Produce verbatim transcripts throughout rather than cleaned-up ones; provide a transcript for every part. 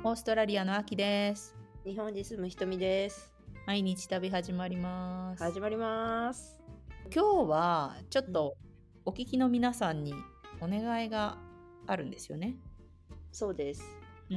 オーストラリアの秋です。 日本に住むひとみです。 毎日旅始まります。 始まります。 今日はちょっうん、 とお聞きの皆さんにお願いがあるんですよね。 そうです。 うん。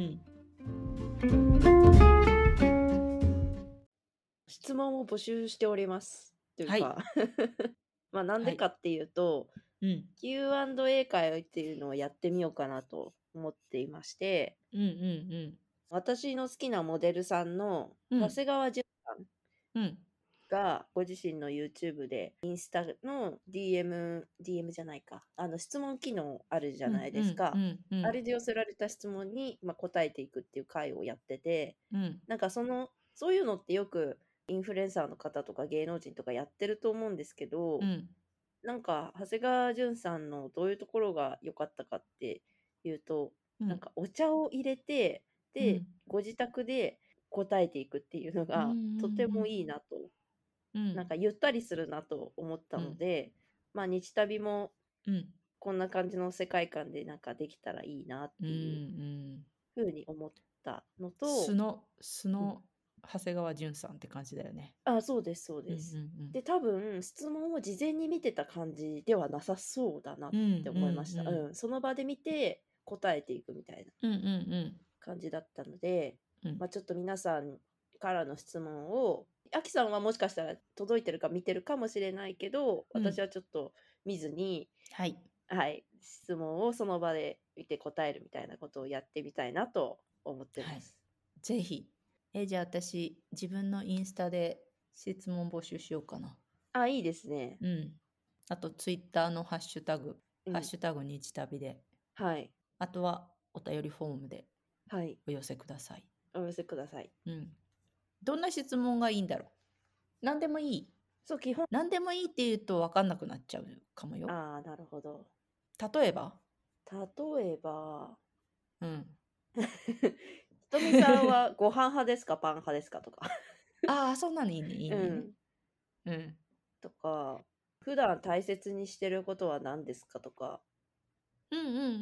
質問を募集しております。というはい。 か、まあなんはい。 でかっていうと、 うん。 キューアンドエー 会っていうのをやってみようかなと思っていまして、 うんうん私の好きなモデルさんのうん。うん。 長谷川純さんうん。 がご自身の YouTube でインスタの ディーエム、ディーエム じゃないか、あの質問機能あるじゃうんないですか。 うんうんあれで寄せられた質問に、まあ、答えていくっていう回をやってて、 うんなんかその、そういうのってよくインフルエンサーの方とか芸能人とかやってると思うんですけど、 うんなんか長谷川純さんのどういうところが良かったかっていうと、 うんなんかお茶を入れて、で、 うんご自宅で答えていくっていうのうんがとてもいいなと、 うんなんかゆったりするなと思ったので、まあ日旅もうんこんな感じの世界観でなんかできたらいいなっうんうていうんふうに思ったのと、 素の素うん、 の長谷川純さんって感じだよね。 あ、そうです、そううんうです。 んで、多分質問を事前に見てた感じではなさそうだなっうんうんて思いました。 うんうん、その場で見て答えていくみたいなうんうん感じだったので、 うんまあ、ちょっと皆さんからの質問を、アキさんはもしかしたら届いてるか見てるかもしれないけど、 うん私はちょっと見ずに、 はいはい、質問をその場で見て答えるみたいなことをやってみたいなと思ってはい。 ます。 ぜひ。え、じゃあ私、自分のインスタで質問募集しようかな。 あ、いいですね。 うん。あと、ツイッターのハッシュタグ、 うん、 ハッシュタグ日旅で。 はい、 あとは、お便りフォームではい、 お寄せください。 お寄せください。 うん。どんな質問がいいんだろう。何でもいい。 そう、基本、 何でもいいって言うと分かんなくなっちゃうかもよ。 ああ、なるほど。 例えば例えば、 うん。 ひとみさんはご飯派ですか、パン派ですかとか。 ああ、そんなのいいね、いいね、いいね。 うん。 うん。 とか、普段大切にしてることは何ですかとか。 うんうんうんうん。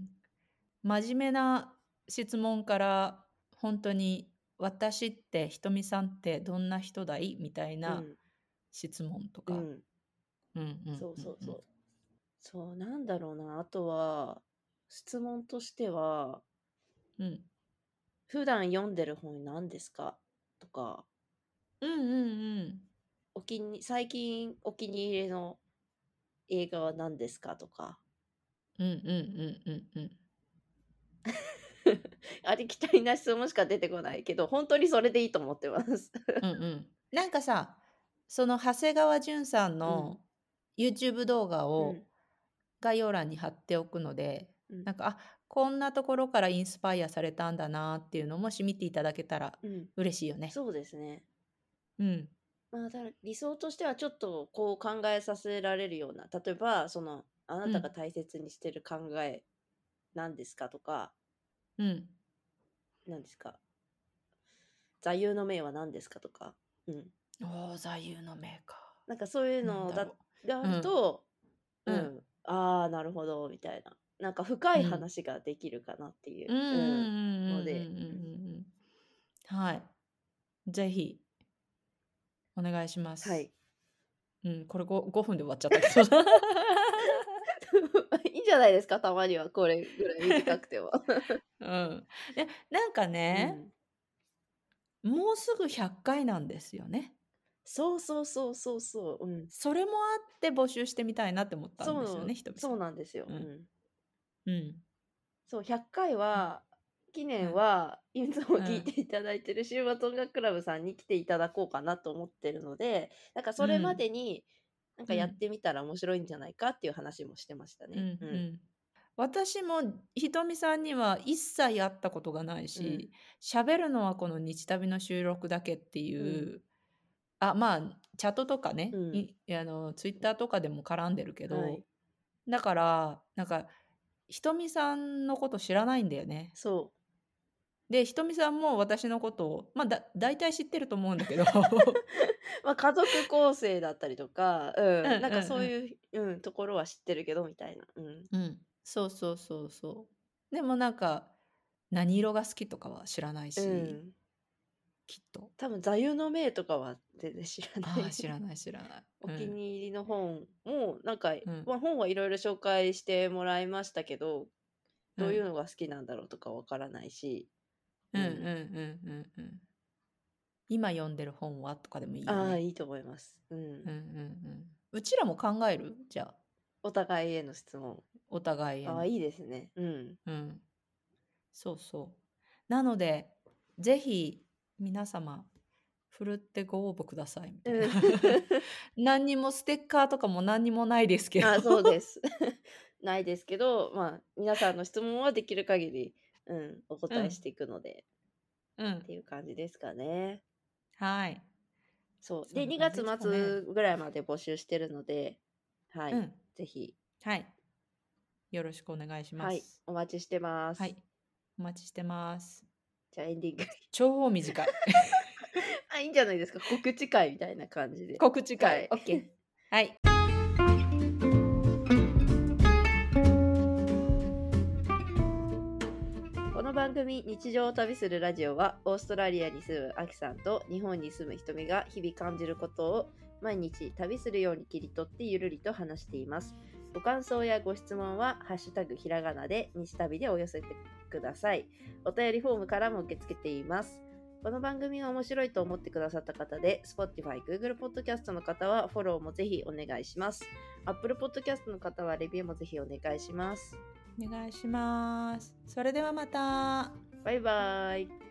真面目な質問から本当に私ってひとみさんってどんな人だいみたいうな、 ん、 質問とか。 うん。 うんうんそううんうんそうそう。そう、なんだろうな。あとは、質問としては、 うん普段読んでる本何ですかとか、 うんうんうんお気に、最近お気に入りの映画は何ですかとか。 うんうんうんうんうんありきたりな質問しか出てこないけど、本当にそれでいいと思ってます。 うんうんなんかさその長谷川淳さんうん、 の YouTube 動画うをん、 概要欄に貼っておくのでうん、 なんかあこんなところからインスパイアされたんだなっていうのをもし見ていただけたらうん。 嬉しいよね。 そうですね。 うんまあ、だ理想としてはちょっとこう考えさせられるような、例えば、その、あなうんたが大切にしてる考え何ですかとか、 うん何ですか、座右の銘は何ですかとか、うん。 おー座右の銘か。 なんかそういうのだなんだろがあう。うん。 ると、ううん。 ん、ああ、なるほど、みたいな。なんか深いうん。 話ができるかなっていうんうう、 んうんうんうんうん、ので、 うんうん、 うん。はい。ぜひ、お願いします。 はい。 うん、これ ご, ごふんで終わっちゃったけど。 いいんじゃないですか、たまにはこれぐらい短くても。 うん。で、なんかうね、 ん。 もうすぐひゃっかいなんですよね。 そうそうそうそうそう、うん。 それもあって募集してみたいなって思ったんですよね、 そう、 ひとみさん。 そうなんですよ。 うん。 うん。 うん。 そう、ひゃっかいは、記うん。 念は、いつもうん。 聞いていただいてる週末音楽クラブさんに来ていただこうかなと思ってるので、なんかそれまうん。 でに、なんかやってみたら面白いんじゃないかっていう話もしてましたうん。 ね。うん。 うん。私もひとみさんには一切会ったことがないうん。 し、喋るのはこの日旅の収録だけっていうん。 う、あ、まあ、チャットとかね、 うん。 いあの、ツイッターとかでも絡んでるけど、 はい。 だから、なんか、ひとみさんのこと知らないんだよね。 そう。 で、ひとみさんも私のことを、まあ、だ、大体知ってると思うんだけど、 まあ、家族構成だったりとか、 うんうん。なんかそううんいう、うん、ところは知ってるけど、みたいな。うん。 うん。うん。そうそうそうそう。でもなんか、 何色が好きとかは知らないし、 うん。 きっと。 多分座右の銘とかは全然知らなああ、 い。 知らない知らない。 お気うん。 に入りの本もなんか、 うん。 まあ、本はいろいろ紹介してもらいましたけど、どういううん。 のが好きなんだろうとかわからないし、 うんうんうん。 うんうんうん。今読んでる本はとかでもいいよああ、 ね。 いいと思います。ううんうんん。 うん。うちらも考える？じゃあ、 お互いへの質問。 お互いへああ、 の。 いいですね。うん。 うん。そうそう。なので、ぜひ皆様、ふるってご応募くださいみたいな。 うん。 何にもステッカーとかも何にもないですけど。 あ、そうです。ないですけど、まあ、皆さんの質問はできる限り、うん、おうん。 答えしていくので、 うん。 っていう感じですかね。 はい。 そう。で、 そんな感じ 2 ですかね。 月末ぐらいまで募集してるので、はい。 うん。 ぜひ、 はい。よろしくお願いしまはい。 す。 お待ちしてます。 はい。お待ちしてます。 じゃあエンディング。 超短い。 あ、いいんじゃないですか。告知会みたいな感じで。 告知会。 はい。 OK。はい。 この番組日常を旅するラジオはオーストラリアに住むアキさんと日本に住むひとみが日々感じることを毎日旅するように切り取ってゆるりと話しています。ご感想やご質問はハッシュタグひらがなで日旅でお寄せください。お便りフォームからも受け付けています。この番組が面白いと思ってくださった方で Spotify、Google Podcast の方はフォローもぜひお願いします。Apple Podcast の方はレビューもぜひお願いします。 お願いします。それではまた。 バイバイ。